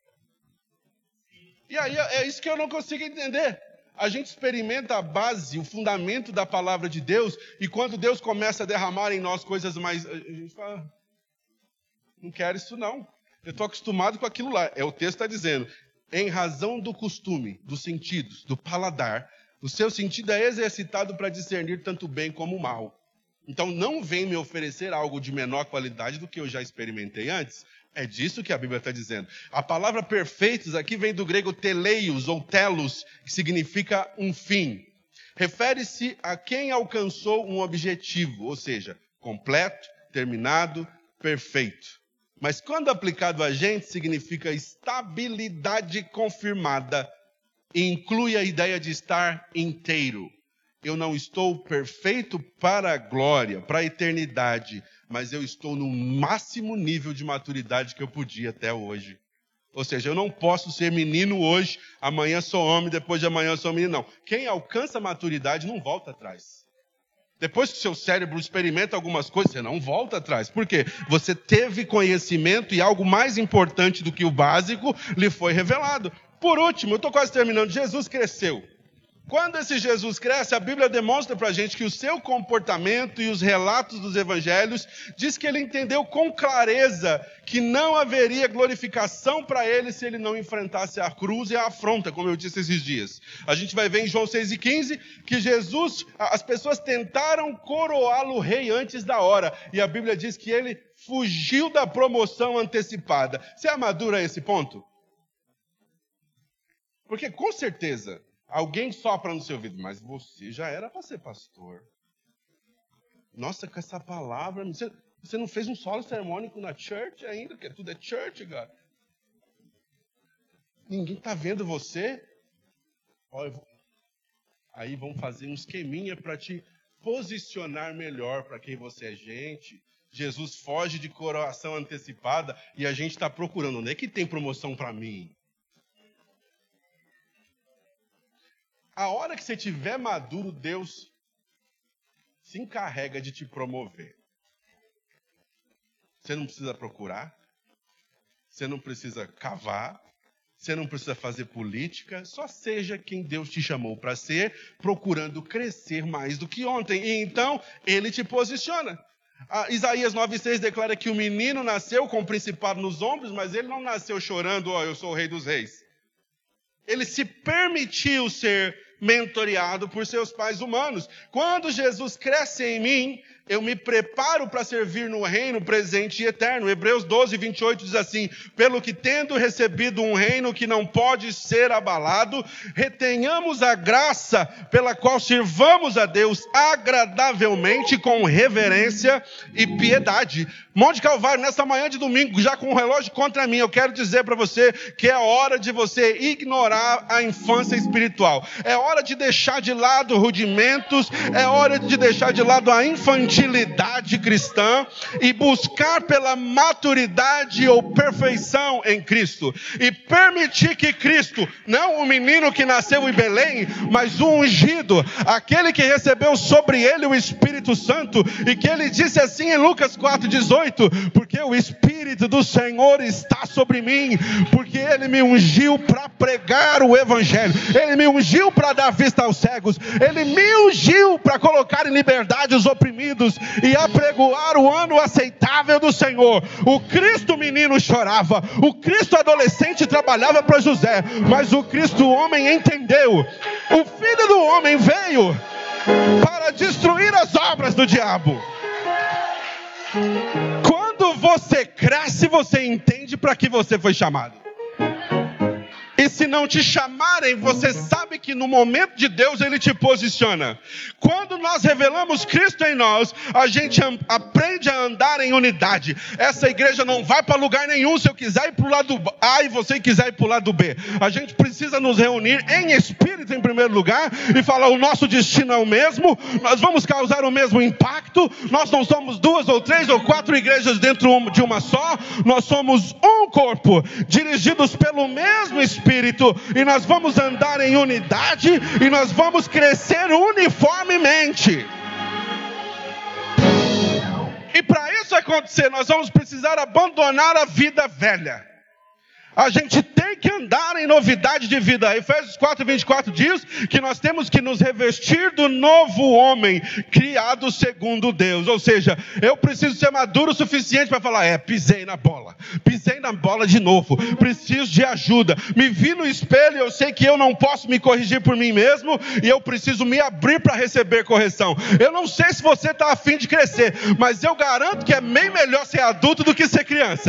E aí é isso que eu não consigo entender. A gente experimenta a base, o fundamento da palavra de Deus, e quando Deus começa a derramar em nós coisas mais... A gente fala, não quero isso não. Eu estou acostumado com aquilo lá. O texto está dizendo, em razão do costume, dos sentidos, do paladar, o seu sentido é exercitado para discernir tanto o bem como o mal. Então não vem me oferecer algo de menor qualidade do que eu já experimentei antes. É disso que a Bíblia está dizendo. A palavra perfeitos aqui vem do grego teleios ou telos, que significa um fim. Refere-se a quem alcançou um objetivo, ou seja, completo, terminado, perfeito. Mas quando aplicado a gente, significa estabilidade confirmada e inclui a ideia de estar inteiro. Eu não estou perfeito para a glória, para a eternidade, mas eu estou no máximo nível de maturidade que eu podia até hoje. Ou seja, eu não posso ser menino hoje, amanhã sou homem, depois de amanhã sou menino, não. Quem alcança a maturidade não volta atrás. Depois que o seu cérebro experimenta algumas coisas, você não volta atrás. Por quê? Você teve conhecimento e algo mais importante do que o básico lhe foi revelado. Por último, eu estou quase terminando, Jesus cresceu. Quando esse Jesus cresce, a Bíblia demonstra para a gente que o seu comportamento e os relatos dos evangelhos diz que ele entendeu com clareza que não haveria glorificação para ele se ele não enfrentasse a cruz e a afronta, como eu disse esses dias. A gente vai ver em João 6,15 que Jesus, as pessoas tentaram coroá-lo rei antes da hora. E a Bíblia diz que ele fugiu da promoção antecipada. Você amadura a esse ponto? Porque com certeza... alguém sopra no seu ouvido, mas você já era para ser pastor. Nossa, com essa palavra, você não fez um solo sermônico na church ainda, que tudo é church, cara. Ninguém está vendo você. Aí vão fazer um esqueminha para te posicionar melhor para quem você é, gente. Jesus foge de coroação antecipada e a gente está procurando. Onde é que tem promoção para mim? A hora que você estiver maduro, Deus se encarrega de te promover. Você não precisa procurar, você não precisa cavar, você não precisa fazer política, só seja quem Deus te chamou para ser, procurando crescer mais do que ontem. E então, Ele te posiciona. Isaías 9,6 declara que o menino nasceu com o principado nos ombros, mas ele não nasceu chorando, eu sou o rei dos reis. Ele se permitiu ser mentoreado por seus pais humanos. Quando Jesus cresce em mim, eu me preparo para servir no reino presente e eterno. Hebreus 12, 28 diz assim: pelo que tendo recebido um reino que não pode ser abalado, retenhamos a graça pela qual sirvamos a Deus agradavelmente, com reverência e piedade. Monte Calvário, nessa manhã de domingo, já com o relógio contra mim, eu quero dizer para você que é hora de você ignorar a infância espiritual. É hora de deixar de lado rudimentos, é hora de deixar de lado a infantilidade cristã e buscar pela maturidade ou perfeição em Cristo. E permitir que Cristo, não o menino que nasceu em Belém, mas o ungido, aquele que recebeu sobre ele o Espírito Santo, e que ele disse assim em Lucas 4,18, porque o Espírito do Senhor está sobre mim, porque Ele me ungiu para pregar o Evangelho, Ele me ungiu para dar vista aos cegos, Ele me ungiu para colocar em liberdade os oprimidos e apregoar o ano aceitável do Senhor. O Cristo menino chorava, o Cristo adolescente trabalhava para José, mas o Cristo homem entendeu. O Filho do Homem veio para destruir as obras do diabo. Quando você cresce, você entende para que você foi chamado. E se não te chamarem, você sabe que no momento de Deus Ele te posiciona. Quando nós revelamos Cristo em nós, a gente aprende a andar em unidade. Essa igreja não vai para lugar nenhum se eu quiser ir para o lado A e você quiser ir para o lado B. A gente precisa nos reunir em espírito em primeiro lugar e falar: o nosso destino é o mesmo, nós vamos causar o mesmo impacto. Nós não somos 2 ou 3 ou 4 igrejas dentro de uma só. Nós somos um corpo, dirigidos pelo mesmo Espírito. E nós vamos andar em unidade e nós vamos crescer uniformemente. E para isso acontecer, nós vamos precisar abandonar a vida velha. A gente tem que andar em novidade de vida. Efésios 4:24 diz que nós temos que nos revestir do novo homem, criado segundo Deus. Ou seja, eu preciso ser maduro o suficiente para falar: pisei na bola de novo, preciso de ajuda. Me vi no espelho e eu sei que eu não posso me corrigir por mim mesmo, e eu preciso me abrir para receber correção. Eu não sei se você está a fim de crescer, mas eu garanto que é bem melhor ser adulto do que ser criança.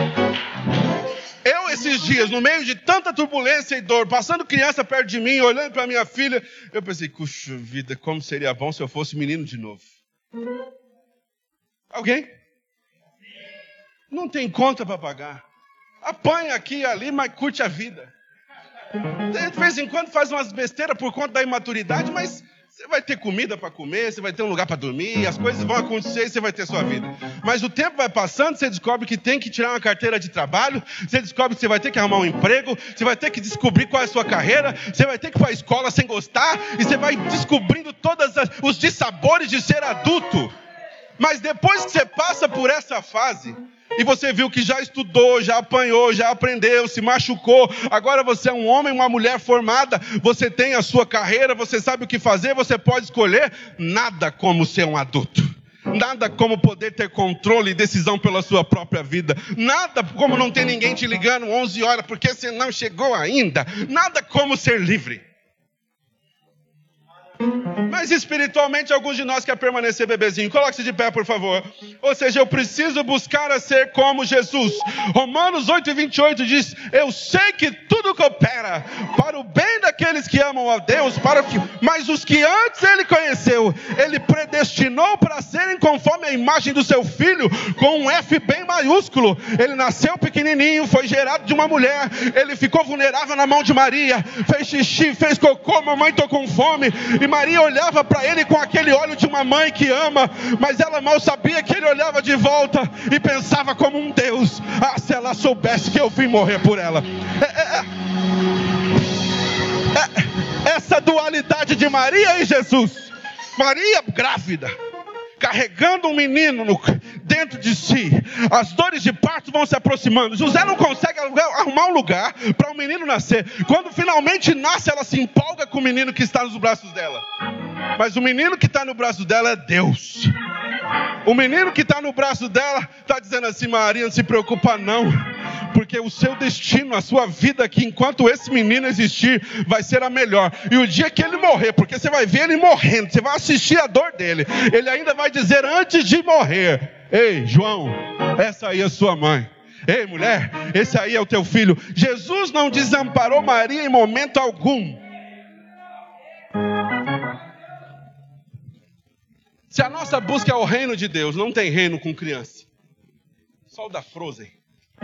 Eu, esses dias, no meio de tanta turbulência e dor, passando criança perto de mim, olhando para minha filha, eu pensei: puxa vida, como seria bom se eu fosse menino de novo. Alguém? Não tem conta para pagar. Apanha aqui e ali, mas curte a vida. De vez em quando faz umas besteiras por conta da imaturidade, mas você vai ter comida para comer, você vai ter um lugar para dormir, as coisas vão acontecer e você vai ter sua vida. Mas o tempo vai passando, você descobre que tem que tirar uma carteira de trabalho, você descobre que você vai ter que arrumar um emprego, você vai ter que descobrir qual é a sua carreira, você vai ter que ir para a escola sem gostar, e você vai descobrindo todos os dissabores de ser adulto. Mas depois que você passa por essa fase, e você viu que já estudou, já apanhou, já aprendeu, se machucou, agora você é um homem, uma mulher formada, você tem a sua carreira, você sabe o que fazer, você pode escolher. Nada como ser um adulto. Nada como poder ter controle e decisão pela sua própria vida. Nada como não ter ninguém te ligando 11 horas porque você não chegou ainda. Nada como ser livre. Mas espiritualmente alguns de nós querem permanecer bebezinho. Coloque-se de pé, por favor. Ou seja, eu preciso buscar a ser como Jesus. Romanos 8:28 diz: eu sei que tudo coopera para o bem daqueles que amam a Deus, mas os que antes Ele conheceu, Ele predestinou para serem conforme a imagem do seu Filho, com um F bem maiúsculo. Ele nasceu pequenininho, foi gerado de uma mulher, Ele ficou vulnerável na mão de Maria, fez xixi, fez cocô, mamãe tô com fome, e Maria olhava para ele com aquele olho de uma mãe que ama, mas ela mal sabia que ele olhava de volta e pensava como um Deus: se ela soubesse que eu vim morrer por ela. Essa dualidade de Maria e Jesus. Maria grávida, carregando um menino dentro de si, as dores de parto vão se aproximando. José não consegue arrumar um lugar para o menino nascer. Quando finalmente nasce, ela se empolga com o menino que está nos braços dela. Mas o menino que está no braço dela é Deus. O menino que está no braço dela está dizendo assim: Maria, não se preocupa não, porque o seu destino, a sua vida aqui, enquanto esse menino existir, vai ser a melhor. E o dia que ele morrer, porque você vai ver ele morrendo, você vai assistir a dor dele, ele ainda vai dizer antes de morrer: ei, João, essa aí é a sua mãe. Ei, mulher, esse aí é o teu filho. Jesus não desamparou Maria em momento algum. Se a nossa busca é o reino de Deus, não tem reino com criança. Só o da Frozen.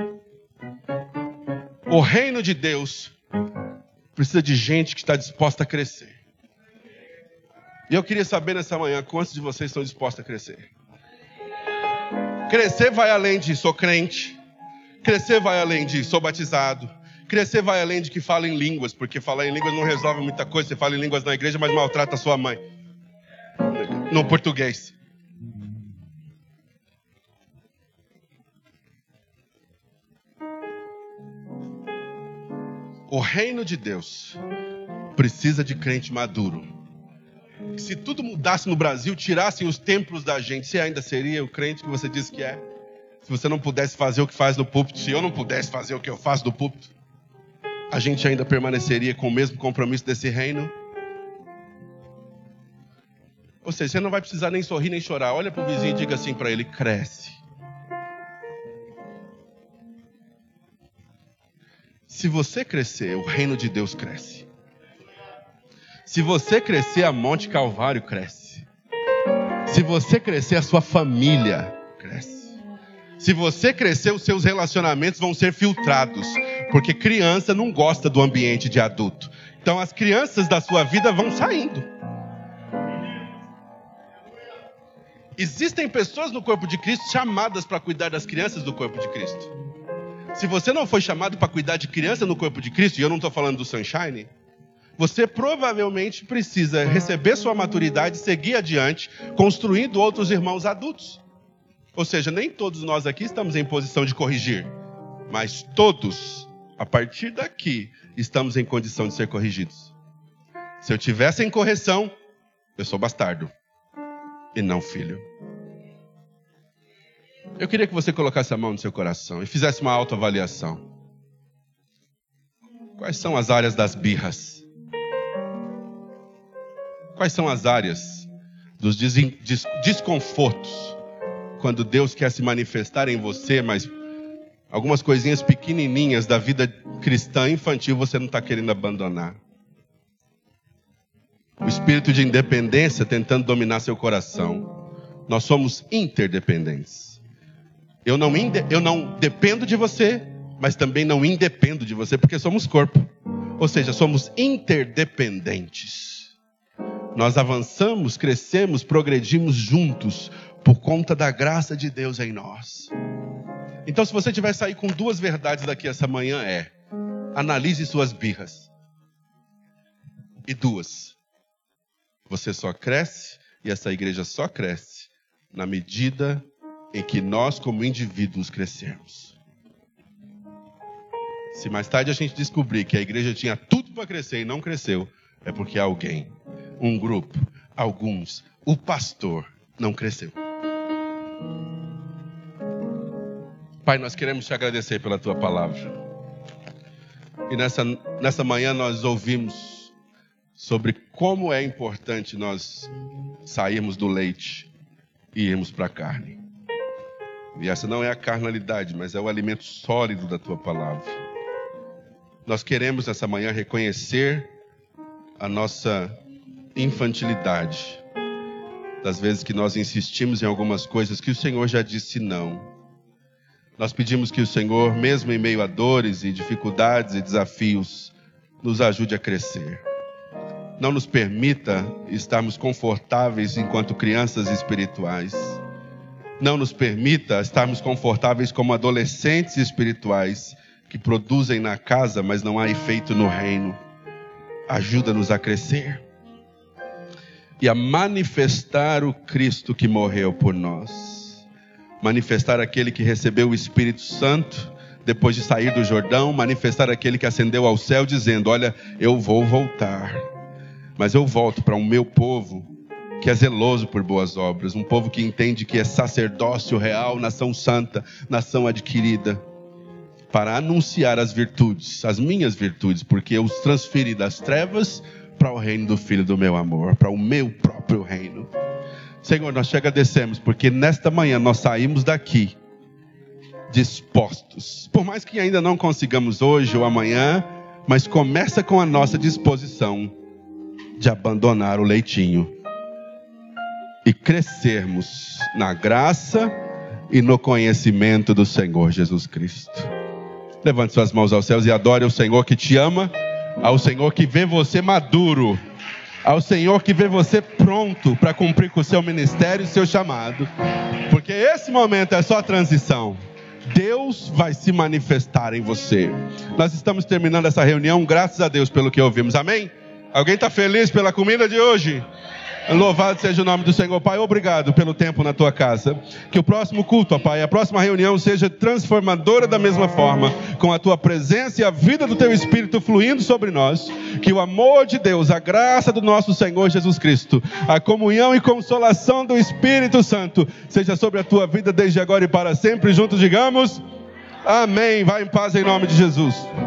O reino de Deus precisa de gente que está disposta a crescer. E eu queria saber nessa manhã, quantos de vocês estão dispostos a crescer? Crescer vai além de sou crente. Crescer vai além de sou batizado. Crescer vai além de que fala em línguas, porque falar em línguas não resolve muita coisa. Você fala em línguas na igreja, mas maltrata a sua mãe. No português. O reino de Deus precisa de crente maduro. Se tudo mudasse no Brasil, tirassem os templos da gente, você ainda seria o crente que você disse que é? Se você não pudesse fazer o que faz no púlpito, se eu não pudesse fazer o que eu faço no púlpito, a gente ainda permaneceria com o mesmo compromisso desse reino? Ou seja, você não vai precisar nem sorrir nem chorar. Olha para o vizinho e diga assim para ele: cresce. Se você crescer, o reino de Deus cresce. Se você crescer, a Monte Calvário cresce. Se você crescer, a sua família cresce. Se você crescer, os seus relacionamentos vão ser filtrados. Porque criança não gosta do ambiente de adulto. Então as crianças da sua vida vão saindo. Existem pessoas no corpo de Cristo chamadas para cuidar das crianças do corpo de Cristo. Se você não foi chamado para cuidar de criança no corpo de Cristo, e eu não estou falando do Sunshine, você provavelmente precisa receber sua maturidade e seguir adiante, construindo outros irmãos adultos. Ou seja, nem todos nós aqui estamos em posição de corrigir, mas todos, a partir daqui, estamos em condição de ser corrigidos. Se eu tivesse em correção, eu sou bastardo e não filho. Eu queria que você colocasse a mão no seu coração e fizesse uma autoavaliação. Quais são as áreas das birras? Quais são as áreas dos desconfortos? Quando Deus quer se manifestar em você, mas algumas coisinhas pequenininhas da vida cristã infantil você não está querendo abandonar. O espírito de independência tentando dominar seu coração. Nós somos interdependentes. Eu não dependo de você, mas também não independo de você, porque somos corpo. Ou seja, somos interdependentes. Nós avançamos, crescemos, progredimos juntos por conta da graça de Deus em nós. Então, se você tiver sair com duas verdades daqui essa manhã, analise suas birras. E duas, você só cresce, e essa igreja só cresce, na medida em que nós, como indivíduos, crescermos. Se mais tarde a gente descobrir que a igreja tinha tudo para crescer e não cresceu, é porque alguém, um grupo, alguns, o pastor, não cresceu. Pai, nós queremos te agradecer pela tua palavra. E nessa manhã nós ouvimos sobre como é importante nós sairmos do leite e irmos para a carne. E essa não é a carnalidade, mas é o alimento sólido da tua palavra. Nós queremos nessa manhã reconhecer a nossa infantilidade, das vezes que nós insistimos em algumas coisas que o Senhor já disse não. Nós pedimos que o Senhor, mesmo em meio a dores e dificuldades e desafios, nos ajude a crescer. Não nos permita estarmos confortáveis enquanto crianças espirituais. Não nos permita estarmos confortáveis como adolescentes espirituais que produzem na casa, mas não há efeito no reino. Ajuda-nos a crescer e a manifestar o Cristo que morreu por nós. Manifestar aquele que recebeu o Espírito Santo depois de sair do Jordão. Manifestar aquele que ascendeu ao céu dizendo: olha, eu vou voltar, mas eu volto para o meu povo que é zeloso por boas obras. Um povo que entende que é sacerdócio real, nação santa, nação adquirida. para anunciar as virtudes, as minhas virtudes, porque eu os transferi das trevas para o reino do Filho do meu amor, para o meu próprio reino. Senhor, nós te agradecemos, porque nesta manhã nós saímos daqui dispostos. Por mais que ainda não consigamos hoje ou amanhã, mas começa com a nossa disposição de abandonar o leitinho e crescermos na graça e no conhecimento do Senhor Jesus Cristo. Levante suas mãos aos céus e adore o Senhor que te ama, ao Senhor que vê você maduro, ao Senhor que vê você pronto para cumprir com o seu ministério e o seu chamado, porque esse momento é só transição. Deus vai se manifestar em você. Nós estamos terminando essa reunião, graças a Deus pelo que ouvimos, amém? Alguém está feliz pela comida de hoje? Louvado seja o nome do Senhor. Pai, obrigado pelo tempo na tua casa. Que o próximo culto, ó Pai, a próxima reunião seja transformadora da mesma forma, com a tua presença e a vida do teu Espírito fluindo sobre nós. Que o amor de Deus, a graça do nosso Senhor Jesus Cristo, a comunhão e consolação do Espírito Santo seja sobre a tua vida desde agora e para sempre. Juntos digamos amém. Vai em paz em nome de Jesus.